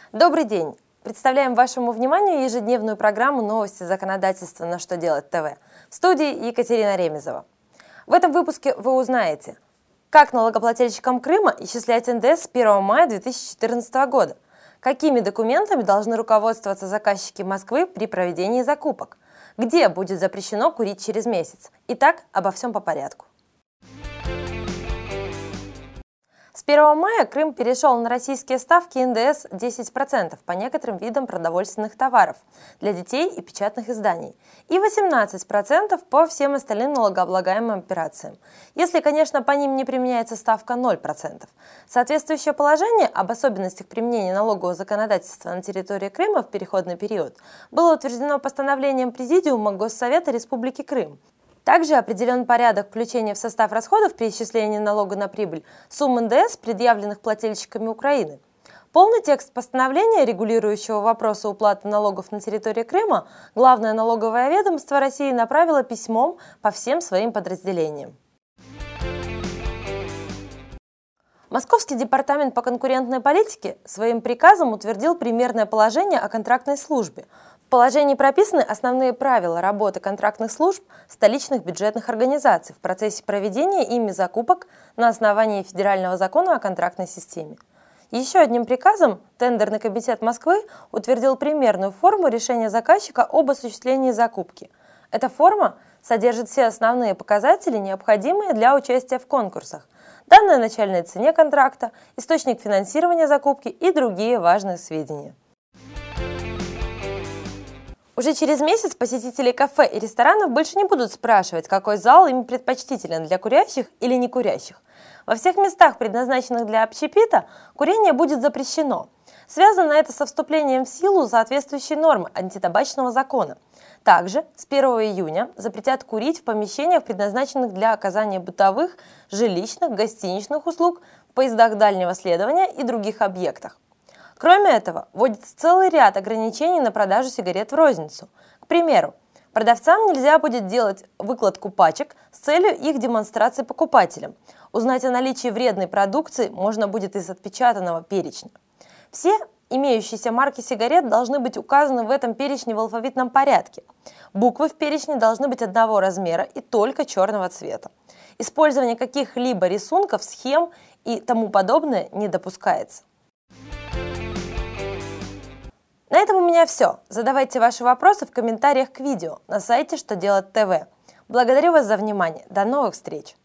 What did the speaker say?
Добрый день! Представляем вашему вниманию ежедневную программу «Новости законодательства. На что делать ТВ». В студии Екатерина Ремезова. В этом выпуске вы узнаете, как налогоплательщикам Крыма исчислять НДС с 1 мая 2014 года, какими документами должны руководствоваться заказчики Москвы при проведении закупок, где будет запрещено курить через месяц. Итак, обо всем по порядку. С 1 мая Крым перешел на российские ставки НДС 10% по некоторым видам продовольственных товаров для детей и печатных изданий и 18% по всем остальным налогооблагаемым операциям, если, конечно, по ним не применяется ставка 0%. Соответствующее положение об особенностях применения налогового законодательства на территории Крыма в переходный период было утверждено постановлением Президиума Госсовета Республики Крым. Также определен порядок включения в состав расходов при исчислении налога на прибыль сумм НДС, предъявленных плательщиками Украины. Полный текст постановления, регулирующего вопросы уплаты налогов на территории Крыма, Главное налоговое ведомство России направило письмом по всем своим подразделениям. Московский департамент по конкурентной политике своим приказом утвердил примерное положение о контрактной службе. В положении прописаны основные правила работы контрактных служб столичных бюджетных организаций в процессе проведения ими закупок на основании Федерального закона о контрактной системе. Еще одним приказом Тендерный комитет Москвы утвердил примерную форму решения заказчика об осуществлении закупки. Эта форма содержит все основные показатели, необходимые для участия в конкурсах, данные о начальной цене контракта, источник финансирования закупки и другие важные сведения. Уже через месяц посетители кафе и ресторанов больше не будут спрашивать, какой зал им предпочтителен для курящих или не курящих. Во всех местах, предназначенных для общепита, курение будет запрещено. Связано это со вступлением в силу соответствующей нормы антитабачного закона. Также с 1 июня запретят курить в помещениях, предназначенных для оказания бытовых, жилищных, гостиничных услуг, в поездах дальнего следования и других объектах. Кроме этого, вводится целый ряд ограничений на продажу сигарет в розницу. К примеру, продавцам нельзя будет делать выкладку пачек с целью их демонстрации покупателям. Узнать о наличии вредной продукции можно будет из отпечатанного перечня. Все имеющиеся марки сигарет должны быть указаны в этом перечне в алфавитном порядке. Буквы в перечне должны быть одного размера и только черного цвета. Использование каких-либо рисунков, схем и тому подобное не допускается. На этом у меня все. Задавайте ваши вопросы в комментариях к видео на сайте «Что делать ТВ». Благодарю вас за внимание. До новых встреч!